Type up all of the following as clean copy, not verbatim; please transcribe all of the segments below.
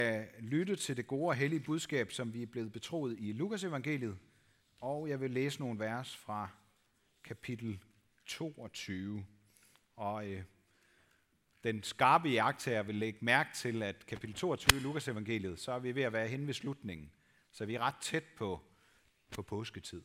lytte til det gode og hellige budskab, som vi er blevet betroet i Lukas evangeliet, og jeg vil læse nogle vers fra kapitel 22. Og den skarpe iagttager vil lægge mærke til, at kapitel 22 i Lukas evangeliet, så er vi ved at være henne ved slutningen, så vi er ret tæt på påsketid.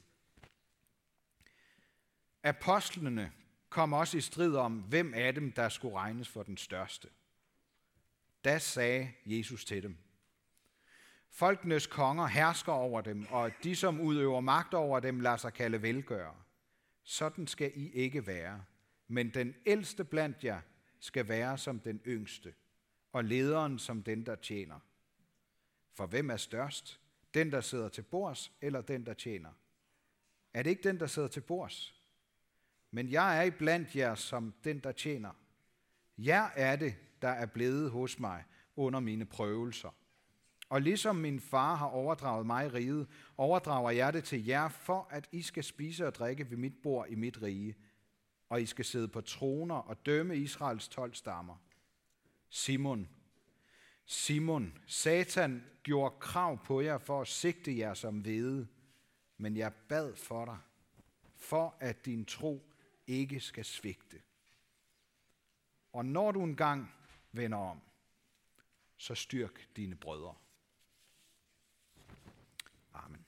Apostlene kom også i strid om, hvem af dem, der skulle regnes for den største. Da sagde Jesus til dem: Folkenes konger hersker over dem, og de, som udøver magt over dem, lader sig kalde velgørere. Sådan skal I ikke være, men den ældste blandt jer skal være som den yngste, og lederen som den, der tjener. For hvem er størst? Den, der sidder til bords, eller den, der tjener? Er det ikke den, der sidder til bords? Men jeg er iblandt jer som den, der tjener. Jer er det, der er blevet hos mig under mine prøvelser. Og ligesom min far har overdraget mig riget, overdrager jeg det til jer, for at I skal spise og drikke ved mit bord i mit rige, og I skal sidde på troner og dømme Israels 12 stammer. Simon, Satan gjorde krav på jer for at sigte jer som hvede, men jeg bad for dig, for at din tro ikke skal svigte. Og når du engang vender om, så styrk dine brødre. Amen.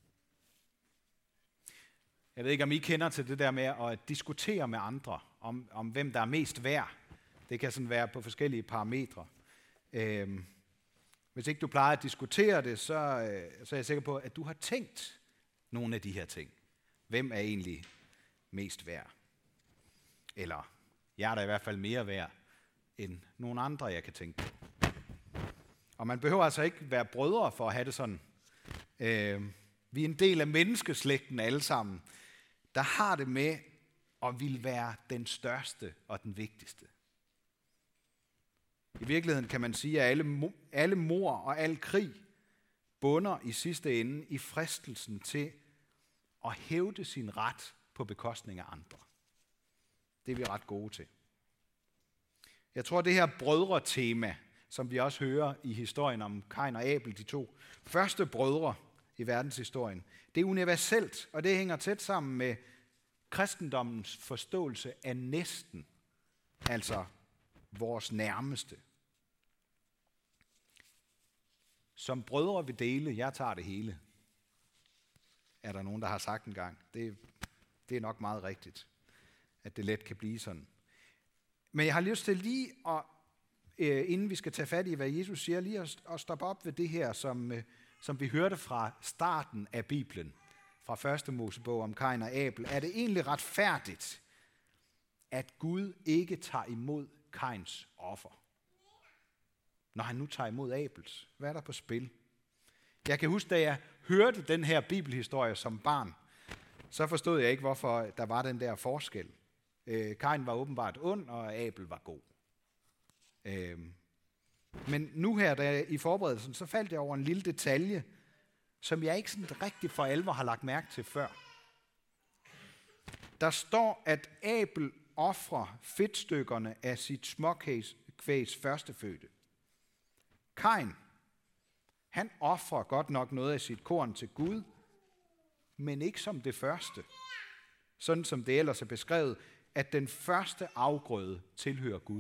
Jeg ved ikke, om I kender til det der med at diskutere med andre, om hvem der er mest værd. Det kan sådan være på forskellige parametre. Hvis ikke du plejer at diskutere det, så er jeg sikker på, at du har tænkt nogle af de her ting. Hvem er egentlig mest værd? Eller jeg er da i hvert fald mere værd end nogle andre, jeg kan tænke på. Og man behøver altså ikke være brødre for at have det sådan. Vi er en del af menneskeslægten alle sammen, der har det med at ville være den største og den vigtigste. I virkeligheden kan man sige, at alle mord og al krig bunder i sidste ende i fristelsen til at hævde sin ret på bekostning af andre. Det er vi ret gode til. Jeg tror, det her brødre-tema, som vi også hører i historien om Kain og Abel, de to første brødre i verdenshistorien, det er universelt, og det hænger tæt sammen med kristendommens forståelse af næsten, altså vores nærmeste. Som brødre vil dele, jeg tager det hele, er der nogen, der har sagt engang. Det er nok meget rigtigt, at det let kan blive sådan. Men jeg har lyst til lige at, inden vi skal tage fat i, hvad Jesus siger, lige at stoppe op ved det her, som vi hørte fra starten af Bibelen, fra første Mosebog om Kain og Abel. Er det egentlig retfærdigt, at Gud ikke tager imod Kains offer, når han nu tager imod Abels? Hvad er der på spil? Jeg kan huske, da jeg hørte den her bibelhistorie som barn, så forstod jeg ikke, hvorfor der var den der forskel. Kain var åbenbart ond, og Abel var god. Men nu her, da i forberedelsen, så faldt jeg over en lille detalje, som jeg ikke sådan rigtig for alvor har lagt mærke til før. Der står, at Abel ofrer fedtstykkerne af sit småkvægs førstefødte. Kain, han ofrer godt nok noget af sit korn til Gud, men ikke som det første. Sådan som det ellers er beskrevet, at den første afgrøde tilhører Gud.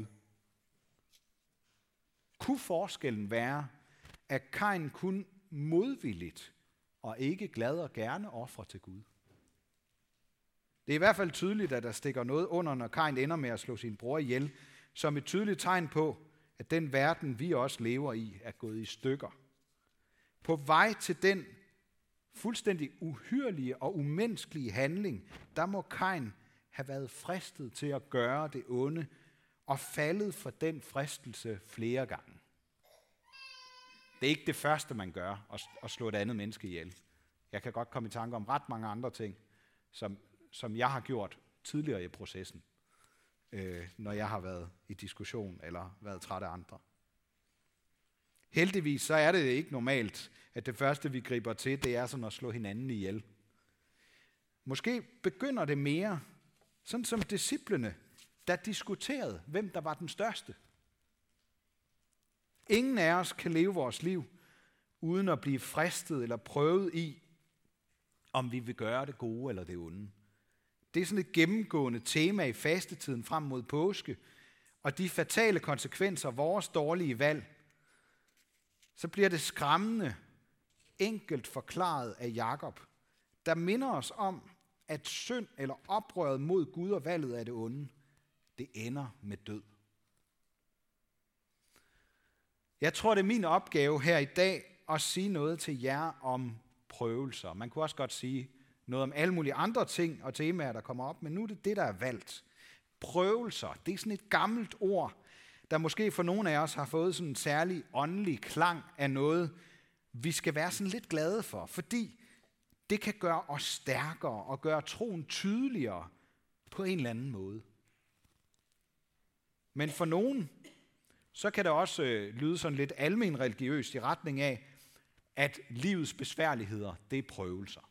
Kunne forskellen være, at Kain kun modvilligt og ikke glad og gerne ofrer til Gud? Det er i hvert fald tydeligt, at der stikker noget under, når Kain ender med at slå sin bror ihjel, som et tydeligt tegn på, at den verden, vi også lever i, er gået i stykker. På vej til den fuldstændig uhyrlige og umenneskelige handling, der må Kain have været fristet til at gøre det onde og faldet for den fristelse flere gange. Det er ikke det første, man gør, at slå et andet menneske ihjel. Jeg kan godt komme i tanke om ret mange andre ting, som jeg har gjort tidligere i processen, når jeg har været i diskussion eller været træt af andre. Heldigvis så er det ikke normalt, at det første, vi griber til, det er sådan at slå hinanden ihjel. Måske begynder det mere, sådan som disciplene, der diskuterede, hvem der var den største. Ingen af os kan leve vores liv, uden at blive fristet eller prøvet i, om vi vil gøre det gode eller det onde. Det er sådan et gennemgående tema i fastetiden frem mod påske, og de fatale konsekvenser af vores dårlige valg, så bliver det skræmmende enkelt forklaret af Jakob, der minder os om, at synd eller oprøret mod Gud og valget af det onde, det ender med død. Jeg tror, det er min opgave her i dag at sige noget til jer om prøvelser. Man kunne også godt sige noget om alle mulige andre ting og temaer, der kommer op, men nu er det det, der er valgt. Prøvelser, det er sådan et gammelt ord, der måske for nogle af os har fået sådan en særlig åndelig klang af noget, vi skal være sådan lidt glade for, fordi det kan gøre os stærkere og gøre troen tydeligere på en eller anden måde. Men for nogen, så kan det også lyde sådan lidt almen religiøst i retning af, at livets besværligheder, det er prøvelser.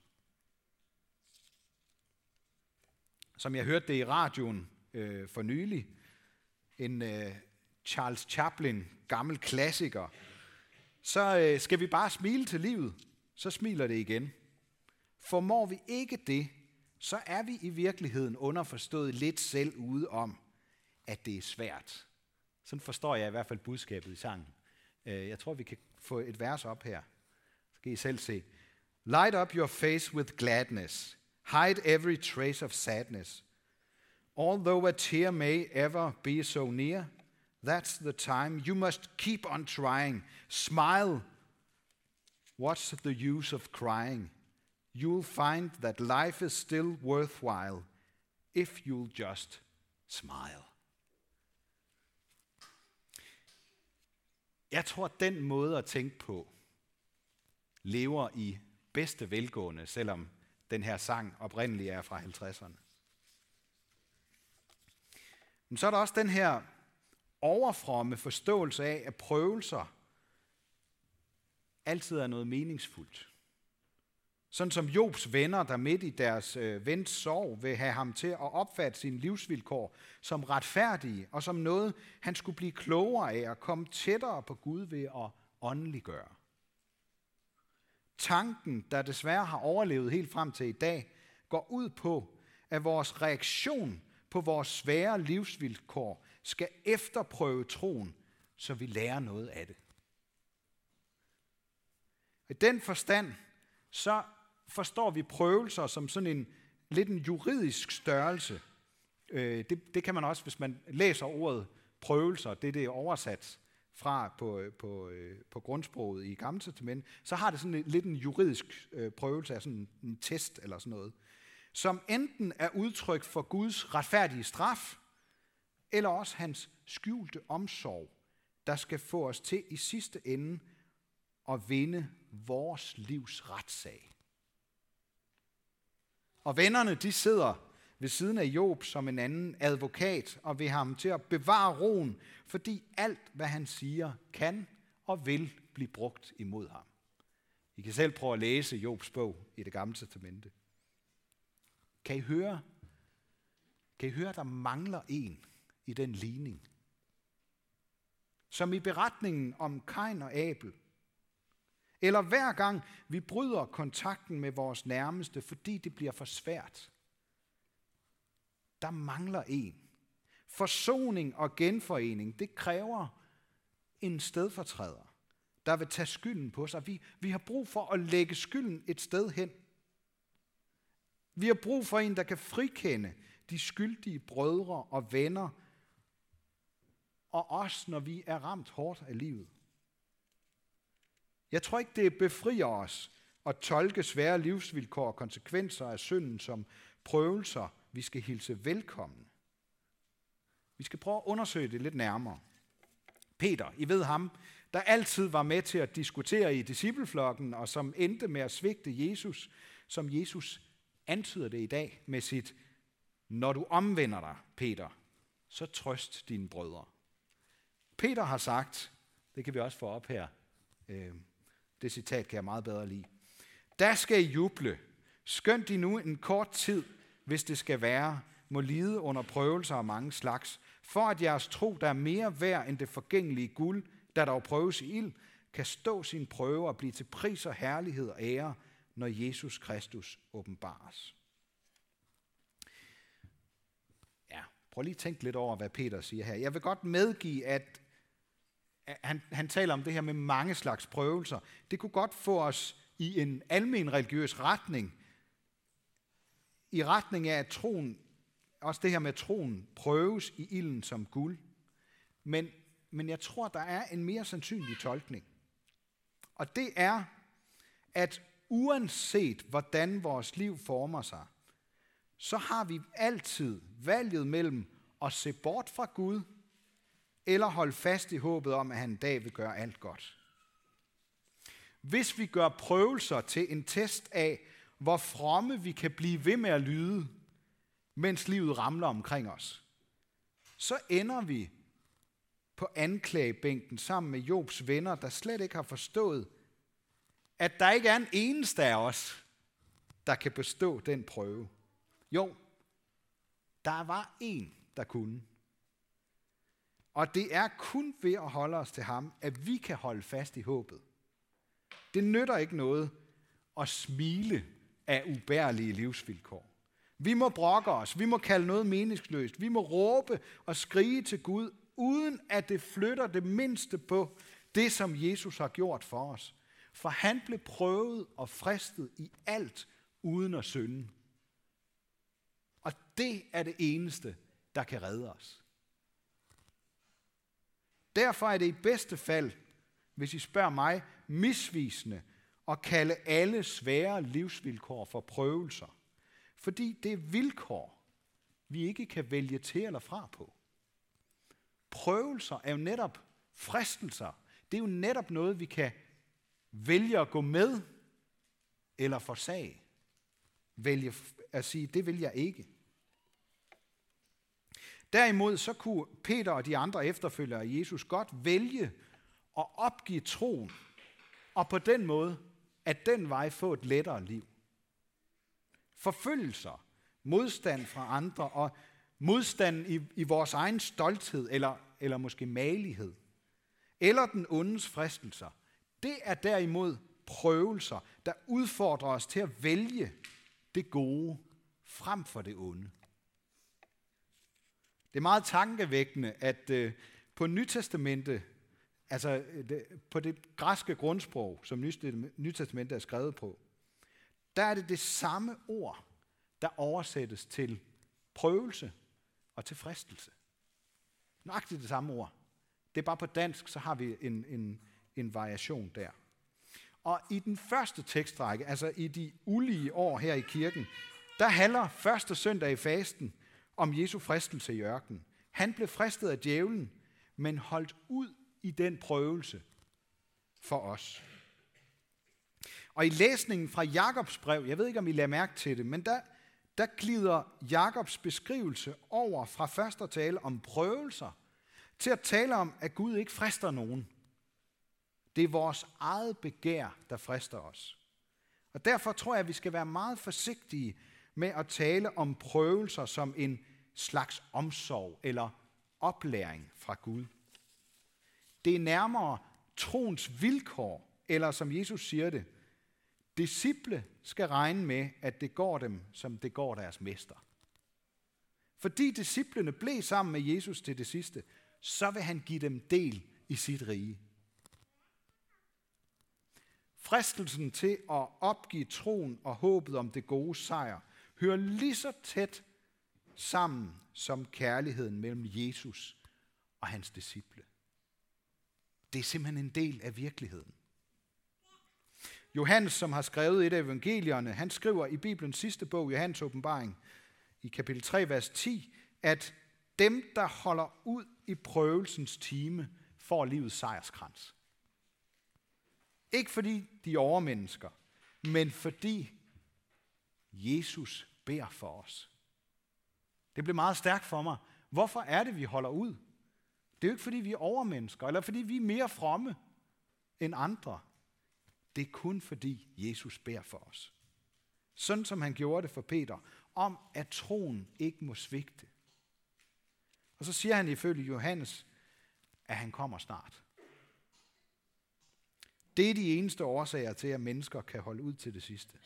Som jeg hørte det i radioen for nylig, en Charles Chaplin, gammel klassiker, så skal vi bare smile til livet, så smiler det igen. Formår vi ikke det, så er vi i virkeligheden underforstået lidt selv ude om, at det er svært. Sådan forstår jeg i hvert fald budskabet i sangen. Jeg tror, vi kan få et vers op her. Så kan I selv se. Light up your face with gladness. Hide every trace of sadness. Although a tear may ever be so near, that's the time you must keep on trying. Smile. What's the use of crying? You'll find that life is still worthwhile if you'll just smile. Jeg tror, at den måde at tænke på lever i bedste velgående, selvom den her sang oprindeligt er fra 50'erne. Men så er der også den her overfromme forståelse af, at prøvelser altid er noget meningsfuldt. Sådan som Jobs venner, der midt i deres vens sorg, vil have ham til at opfatte sine livsvilkår som retfærdige, og som noget, han skulle blive klogere af at komme tættere på Gud ved at åndeliggøre. Tanken, der desværre har overlevet helt frem til i dag, går ud på, at vores reaktion på vores svære livsvilkår skal efterprøve troen, så vi lærer noget af det. I den forstand, så forstår vi prøvelser som sådan lidt en juridisk størrelse. Det kan man også, hvis man læser ordet prøvelser, det er oversat fra på grundsproget i Gamle Testament, så har det sådan lidt en juridisk prøvelse af sådan en test eller sådan noget, som enten er udtryk for Guds retfærdige straf, eller også hans skjulte omsorg, der skal få os til i sidste ende at vinde vores livs retssag. Og vennerne, de sidder ved siden af Job som en anden advokat og vil have ham til at bevare roen, fordi alt, hvad han siger, kan og vil blive brugt imod ham. I kan selv prøve at læse Jobs bog i Det Gamle Testamente. Kan I høre, der mangler en i den ligning? Som i beretningen om Kain og Abel. Eller hver gang vi bryder kontakten med vores nærmeste, fordi det bliver for svært. Der mangler en. Forsoning og genforening, det kræver en stedfortræder, der vil tage skylden på sig. Vi har brug for at lægge skylden et sted hen. Vi har brug for en, der kan frikende de skyldige brødre og venner, og os, når vi er ramt hårdt af livet. Jeg tror ikke, det befrier os at tolke svære livsvilkår og konsekvenser af synden som prøvelser, vi skal hilse velkommen. Vi skal prøve at undersøge det lidt nærmere. Peter, I ved ham, der altid var med til at diskutere i discipleflokken, og som endte med at svigte Jesus, som Jesus antyder det i dag med sit, når du omvender dig, Peter, så trøst dine brødre. Peter har sagt, det kan vi også få op her, det citat kan jeg meget bedre lide. Der skal I juble, skønt I nu en kort tid, hvis det skal være, må lide under prøvelser af mange slags, for at jeres tro, der er mere værd end det forgængelige guld, der dog prøves i ild, kan stå sin prøve og blive til pris og herlighed og ære, når Jesus Kristus åbenbares. Ja, prøv lige at tænke lidt over, hvad Peter siger her. Jeg vil godt medgive, at han taler om det her med mange slags prøvelser. Det kunne godt få os i en almen religiøs retning, i retning af, at troen, også det her med troen, prøves i ilden som guld. Men jeg tror, der er en mere sandsynlig tolkning. Og det er, at uanset hvordan vores liv former sig, så har vi altid valget mellem at se bort fra Gud, eller holde fast i håbet om, at han en dag vil gøre alt godt. Hvis vi gør prøvelser til en test af, hvor fromme vi kan blive ved med at lyde, mens livet ramler omkring os, så ender vi på anklagebænken sammen med Jobs venner, der slet ikke har forstået, at der ikke er en eneste af os, der kan bestå den prøve. Jo, der var en, der kunne. Og det er kun ved at holde os til ham, at vi kan holde fast i håbet. Det nytter ikke noget at smile af ubærlige livsvilkår. Vi må brokke os, vi må kalde noget meningsløst, vi må råbe og skrige til Gud, uden at det flytter det mindste på det, som Jesus har gjort for os. For han blev prøvet og fristet i alt uden at synde. Og det er det eneste, der kan redde os. Derfor er det i bedste fald, hvis I spørger mig, misvisende at kalde alle svære livsvilkår for prøvelser. Fordi det er vilkår, vi ikke kan vælge til eller fra på. Prøvelser er jo netop fristelser. Det er jo netop noget, vi kan vælge at gå med eller forsage. Vælge at sige, det vil jeg ikke. Derimod så kunne Peter og de andre efterfølgere af Jesus godt vælge at opgive troen, og på den måde, at den vej få et lettere liv. Forfølgelser, modstand fra andre og modstand i vores egen stolthed eller måske magelighed, eller den ondes fristelser, det er derimod prøvelser, der udfordrer os til at vælge det gode frem for det onde. Det er meget tankevækkende, at på Nytestamentet, altså på det græske grundsprog, som Nytestamentet er skrevet på, der er det samme ord, der oversættes til prøvelse og til fristelse. Nøjagtigt det samme ord. Det er bare på dansk, så har vi en variation der. Og i den første tekstrække, altså i de ulige år her i kirken, der handler første søndag i fasten om Jesu fristelse i ørkenen. Han blev fristet af djævlen, men holdt ud i den prøvelse for os. Og i læsningen fra Jakobs brev, jeg ved ikke, om I lader mærke til det, men der glider Jakobs beskrivelse over fra først at tale om prøvelser, til at tale om, at Gud ikke frister nogen. Det er vores eget begær, der frister os. Og derfor tror jeg, at vi skal være meget forsigtige med at tale om prøvelser som en slags omsorg eller oplæring fra Gud. Det er nærmere troens vilkår, eller som Jesus siger det, disciple skal regne med, at det går dem, som det går deres mester. Fordi disciplene blev sammen med Jesus til det sidste, så vil han give dem del i sit rige. Fristelsen til at opgive troen og håbet om det gode sejr hører lige så tæt sammen som kærligheden mellem Jesus og hans disciple. Det er simpelthen en del af virkeligheden. Johannes, som har skrevet et af evangelierne, han skriver i Bibelens sidste bog, Johannes åbenbaring, i kapitel 3, vers 10, at dem, der holder ud i prøvelsens time, får livets sejrskrans. Ikke fordi de er overmennesker, men fordi Jesus beder for os. Det blev meget stærkt for mig. Hvorfor er det, vi holder ud? Det er jo ikke, fordi vi er overmennesker, eller fordi vi er mere fromme end andre. Det er kun fordi Jesus beder for os. Sådan som han gjorde det for Peter, om at troen ikke må svigte. Og så siger han ifølge Johannes, at han kommer snart. Det er de eneste årsager til, at mennesker kan holde ud til det sidste.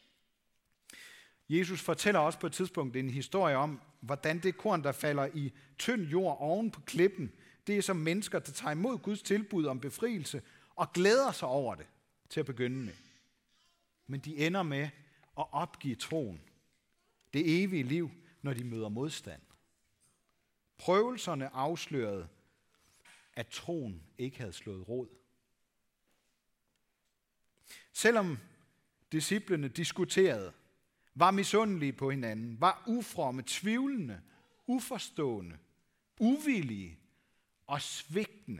Jesus fortæller også på et tidspunkt en historie om, hvordan det korn, der falder i tynd jord oven på klippen, det er som mennesker, der tager imod Guds tilbud om befrielse og glæder sig over det til at begynde med. Men de ender med at opgive troen, det evige liv, når de møder modstand. Prøvelserne afslørede, at troen ikke havde slået rod. Selvom disciplene diskuterede, var misundelige på hinanden, var ufromme, tvivlende, uforstående, uvillige og svigtende.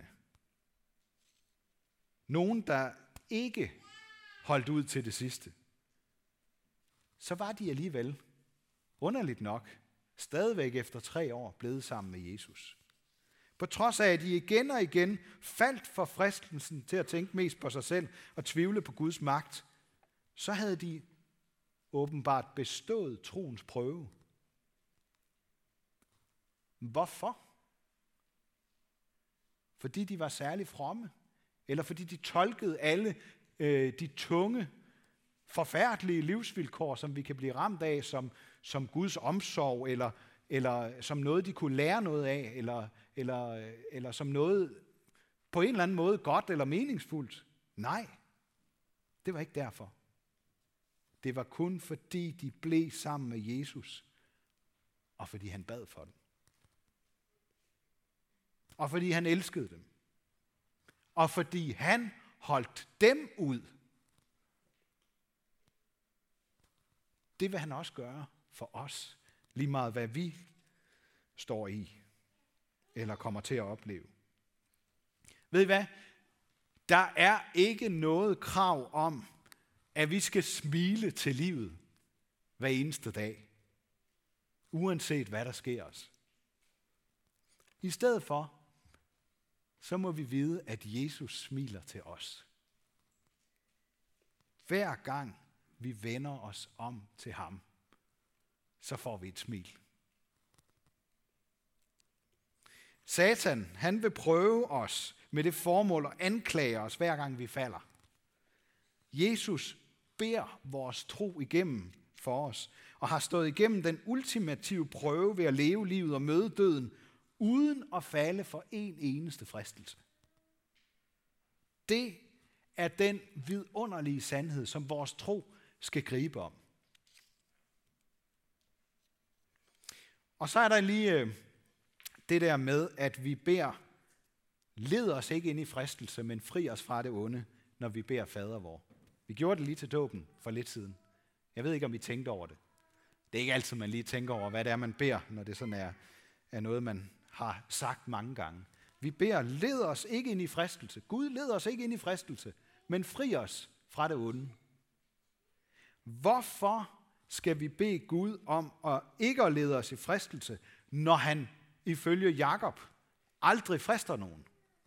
Nogen, der ikke holdt ud til det sidste. Så var de alligevel, underligt nok, stadigvæk efter 3 år blevet sammen med Jesus. På trods af, at de igen og igen faldt for fristelsen til at tænke mest på sig selv og tvivle på Guds magt, så havde de åbenbart bestået troens prøve. Hvorfor? Fordi de var særlig fromme? Eller fordi de tolkede alle de tunge, forfærdelige livsvilkår, som vi kan blive ramt af, som Guds omsorg, eller som noget, de kunne lære noget af, eller som noget på en eller anden måde godt eller meningsfuldt? Nej, det var ikke derfor. Det var kun fordi, de blev sammen med Jesus, og fordi han bad for dem. Og fordi han elskede dem. Og fordi han holdt dem ud. Det vil han også gøre for os, lige meget hvad vi står i, eller kommer til at opleve. Ved I hvad? Der er ikke noget krav om, at vi skal smile til livet hver eneste dag, uanset hvad der sker os. I stedet for, så må vi vide, at Jesus smiler til os. Hver gang vi vender os om til ham, så får vi et smil. Satan, han vil prøve os med det formål at anklage os, hver gang vi falder. Jesus beder vores tro igennem for os, og har stået igennem den ultimative prøve ved at leve livet og møde døden, uden at falde for en eneste fristelse. Det er den vidunderlige sandhed, som vores tro skal gribe om. Og så er der lige det der med, at vi beder, led os ikke ind i fristelse, men fri os fra det onde, når vi beder fader vor. Vi gjorde det lige til dåben for lidt siden. Jeg ved ikke, om vi tænkte over det. Det er ikke altid, man lige tænker over, hvad det er, man beder, når det sådan er noget, man har sagt mange gange. Vi beder, led os ikke ind i fristelse. Gud leder os ikke ind i fristelse, men fri os fra det onde. Hvorfor skal vi bede Gud om at ikke at lede os i fristelse, når han ifølge Jakob aldrig frister nogen?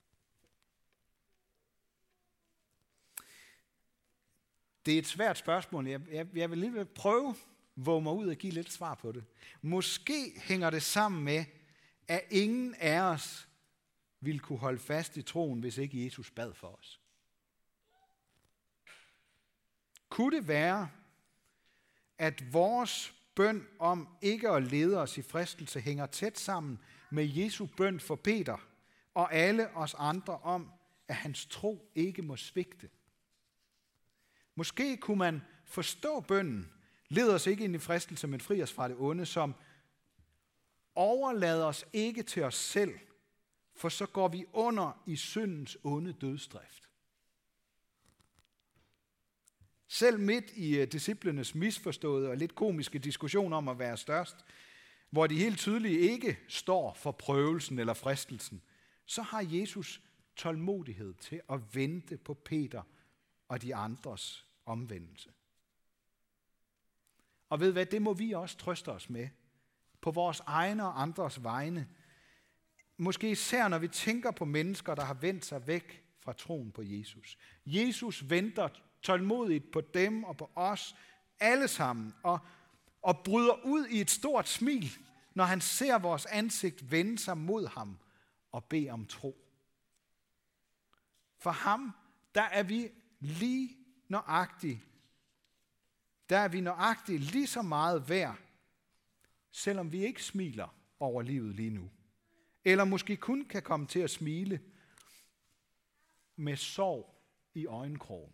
Det er et svært spørgsmål. Jeg vil lige prøve våge mig ud og give lidt svar på det. Måske hænger det sammen med, at ingen af os ville kunne holde fast i troen, hvis ikke Jesus bad for os. Kunne det være, at vores bøn om ikke at lede os i fristelse hænger tæt sammen med Jesu bøn for Peter og alle os andre om, at hans tro ikke må svigte? Måske kunne man forstå bønnen, led os ikke ind i fristelse, men fri os fra det onde, som overlader os ikke til os selv, for så går vi under i syndens onde dødsdrift. Selv midt i disciplenes misforståede og lidt komiske diskussion om at være størst, hvor de helt tydeligt ikke står for prøvelsen eller fristelsen, så har Jesus tålmodighed til at vente på Peter og de andres omvendelse. Og ved hvad, det må vi også trøste os med, på vores egne og andres vegne. Måske især når vi tænker på mennesker, der har vendt sig væk fra troen på Jesus. Jesus venter tålmodigt på dem og på os alle sammen, og bryder ud i et stort smil, når han ser vores ansigt vende sig mod ham og bede om tro. For ham, der er vi lige nøjagtigt, der er vi nøjagtigt lige så meget værd, selvom vi ikke smiler over livet lige nu. Eller måske kun kan komme til at smile med sorg i øjenkrogen.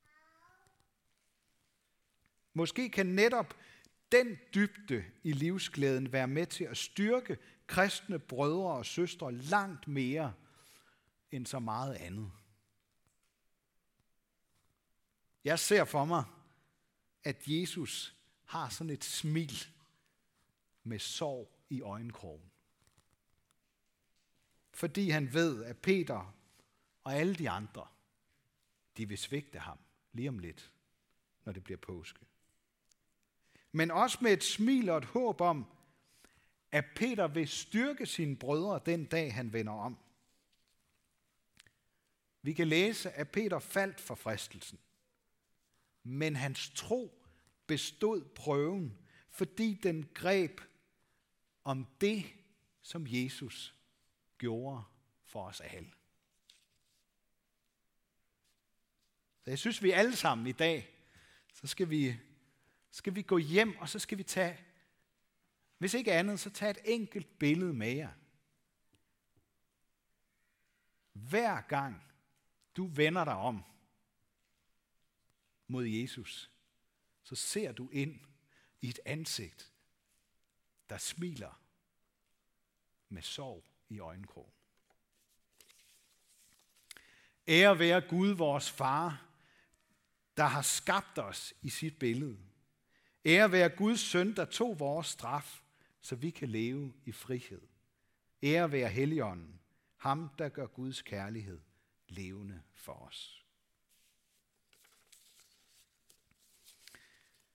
Måske kan netop den dybde i livsglæden være med til at styrke kristne brødre og søstre langt mere end så meget andet. Jeg ser for mig, at Jesus har sådan et smil med sorg i øjenkrogen. Fordi han ved, at Peter og alle de andre, de vil svigte ham lige om lidt, når det bliver påske. Men også med et smil og et håb om, at Peter vil styrke sine brødre den dag, han vender om. Vi kan læse, at Peter faldt for fristelsen, men hans tro bestod prøven, fordi den greb om det, som Jesus gjorde for os alle. Så jeg synes, vi alle sammen i dag, så skal vi gå hjem, og så skal vi tage, hvis ikke andet, så tage et enkelt billede med jer. Hver gang du vender dig om mod Jesus, så ser du ind i et ansigt, der smiler med sorg i øjenkrogen. Ære være Gud, vores far, der har skabt os i sit billede. Ære være Guds søn, der tog vores straf, så vi kan leve i frihed. Ære være Helligånden, ham der gør Guds kærlighed levende for os.